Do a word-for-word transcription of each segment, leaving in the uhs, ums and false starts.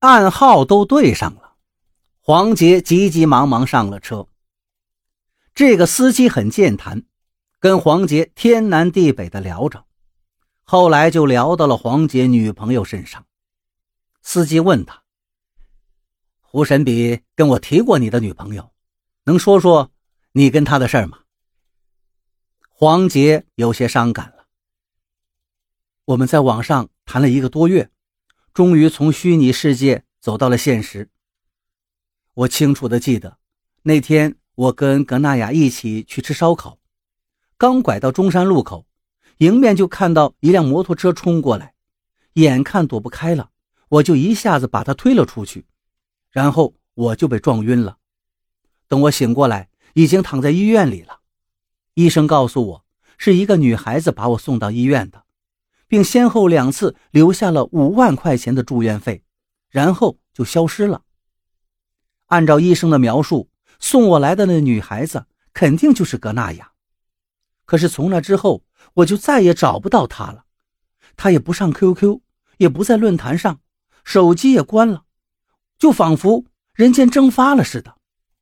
暗号都对上了，黄杰急急忙忙上了车。这个司机很健谈，跟黄杰天南地北的聊着，后来就聊到了黄杰女朋友身上。司机问他：胡神笔跟我提过你的女朋友，能说说你跟她的事儿吗？黄杰有些伤感了。我们在网上谈了一个多月，终于从虚拟世界走到了现实。我清楚地记得，那天我跟格纳雅一起去吃烧烤，刚拐到中山路口，迎面就看到一辆摩托车冲过来，眼看躲不开了，我就一下子把他推了出去，然后我就被撞晕了。等我醒过来，已经躺在医院里了。医生告诉我，是一个女孩子把我送到医院的，并先后两次留下了五万块钱的住院费，然后就消失了。按照医生的描述，送我来的那女孩子肯定就是格纳雅。可是从那之后，我就再也找不到她了。她也不上 Q Q， 也不在论坛上，手机也关了，就仿佛人间蒸发了似的。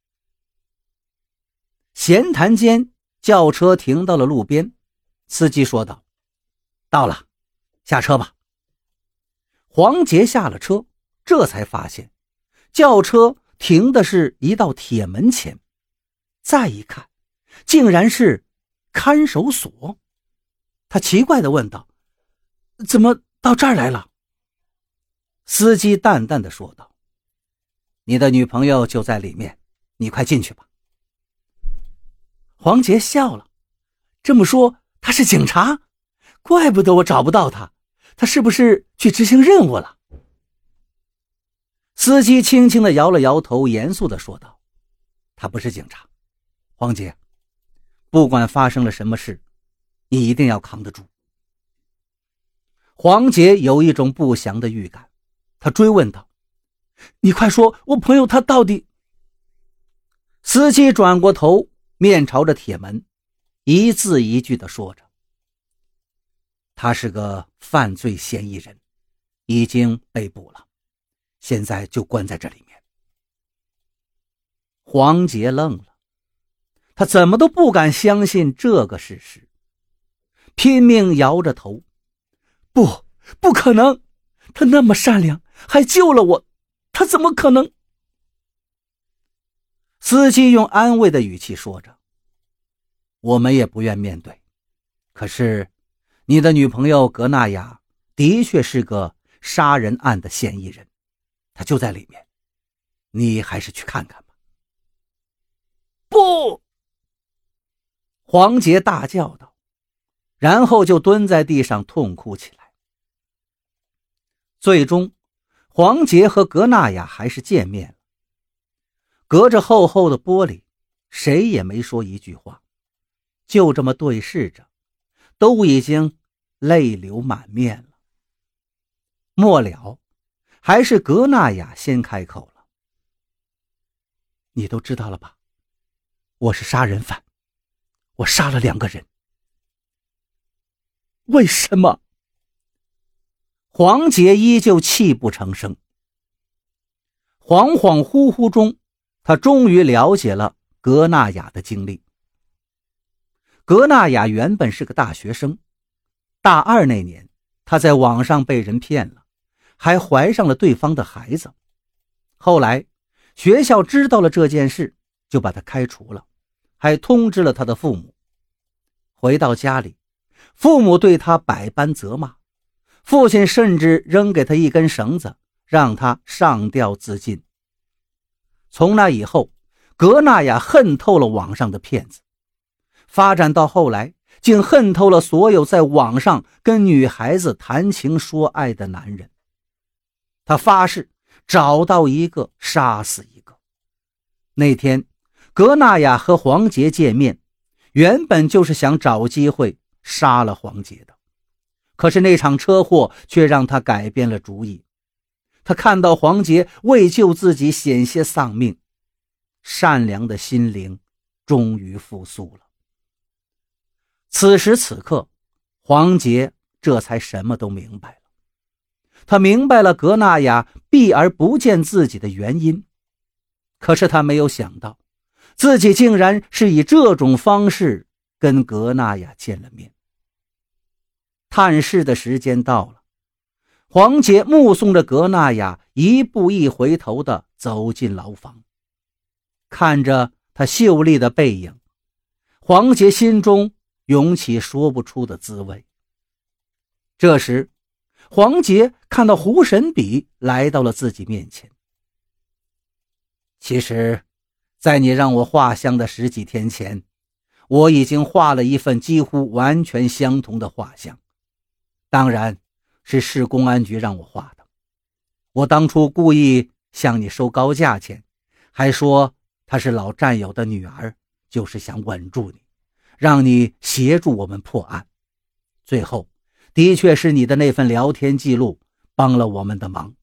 闲谈间，轿车停到了路边，司机说道：到了，下车吧。黄杰下了车，这才发现轿车停的是一道铁门前，再一看，竟然是看守所。他奇怪地问道：怎么到这儿来了？司机淡淡地说道：你的女朋友就在里面，你快进去吧。黄杰笑了，这么说他是警察？怪不得我找不到他，他是不是去执行任务了？司机轻轻地摇了摇头，严肃地说道：他不是警察，黄杰，不管发生了什么事，你一定要扛得住。黄杰有一种不祥的预感，他追问道：你快说，我朋友他到底……司机转过头，面朝着铁门，一字一句地说着：他是个犯罪嫌疑人，已经被捕了，现在就关在这里面。黄杰愣了，他怎么都不敢相信这个事实，拼命摇着头：不，不可能，他那么善良，还救了我，他怎么可能？司机用安慰的语气说着：我们也不愿面对，可是你的女朋友格纳雅的确是个杀人案的嫌疑人，她就在里面，你还是去看看吧。不！黄杰大叫道，然后就蹲在地上痛哭起来。最终，黄杰和格纳雅还是见面了。隔着厚厚的玻璃，谁也没说一句话，就这么对视着，都已经泪流满面了。末了，还是格纳雅先开口了：你都知道了吧，我是杀人犯，我杀了两个人。为什么？黄杰依旧泣不成声。恍恍惚惚中，他终于了解了格纳雅的经历。格纳雅原本是个大学生，大二那年，她在网上被人骗了，还怀上了对方的孩子。后来学校知道了这件事，就把她开除了，还通知了她的父母。回到家里，父母对她百般责骂，父亲甚至扔给她一根绳子，让她上吊自尽。从那以后，格纳雅恨透了网上的骗子，发展到后来，竟恨透了所有在网上跟女孩子谈情说爱的男人。他发誓找到一个杀死一个。那天格纳雅和黄杰见面，原本就是想找机会杀了黄杰的，可是那场车祸却让他改变了主意。他看到黄杰为救自己险些丧命，善良的心灵终于复苏了。此时此刻，黄杰这才什么都明白了。他明白了格纳雅避而不见自己的原因。可是他没有想到，自己竟然是以这种方式跟格纳雅见了面。探视的时间到了，黄杰目送着格纳雅一步一回头地走进牢房，看着他秀丽的背影，黄杰心中涌起说不出的滋味。这时黄杰看到胡神笔来到了自己面前。其实在你让我画像的十几天前，我已经画了一份几乎完全相同的画像，当然是市公安局让我画的。我当初故意向你收高价钱，还说她是老战友的女儿，就是想稳住你，让你协助我们破案。最后的确是你的那份聊天记录帮了我们的忙。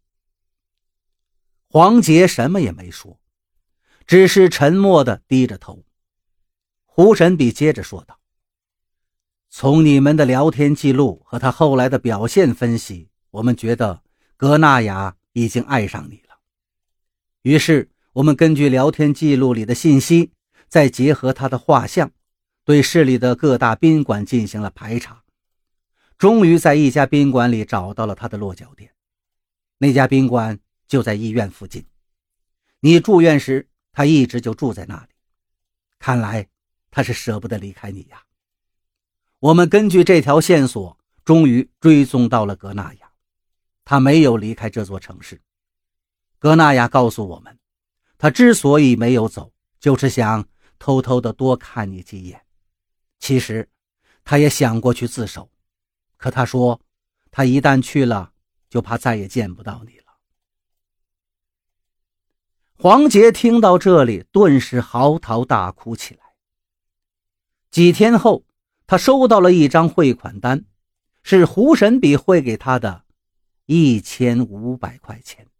黄杰什么也没说，只是沉默地低着头。胡神笔接着说道：从你们的聊天记录和他后来的表现分析，我们觉得格纳雅已经爱上你了。于是我们根据聊天记录里的信息，再结合他的画像，对市里的各大宾馆进行了排查，终于在一家宾馆里找到了他的落脚点。那家宾馆就在医院附近，你住院时他一直就住在那里，看来他是舍不得离开你呀。我们根据这条线索终于追踪到了格纳雅，他没有离开这座城市。格纳雅告诉我们，他之所以没有走，就是想偷偷的多看你几眼。其实他也想过去自首，可他说他一旦去了，就怕再也见不到你了。黄杰听到这里，顿时嚎啕大哭起来。几天后，他收到了一张汇款单，是胡神笔汇给他的一千五百块钱。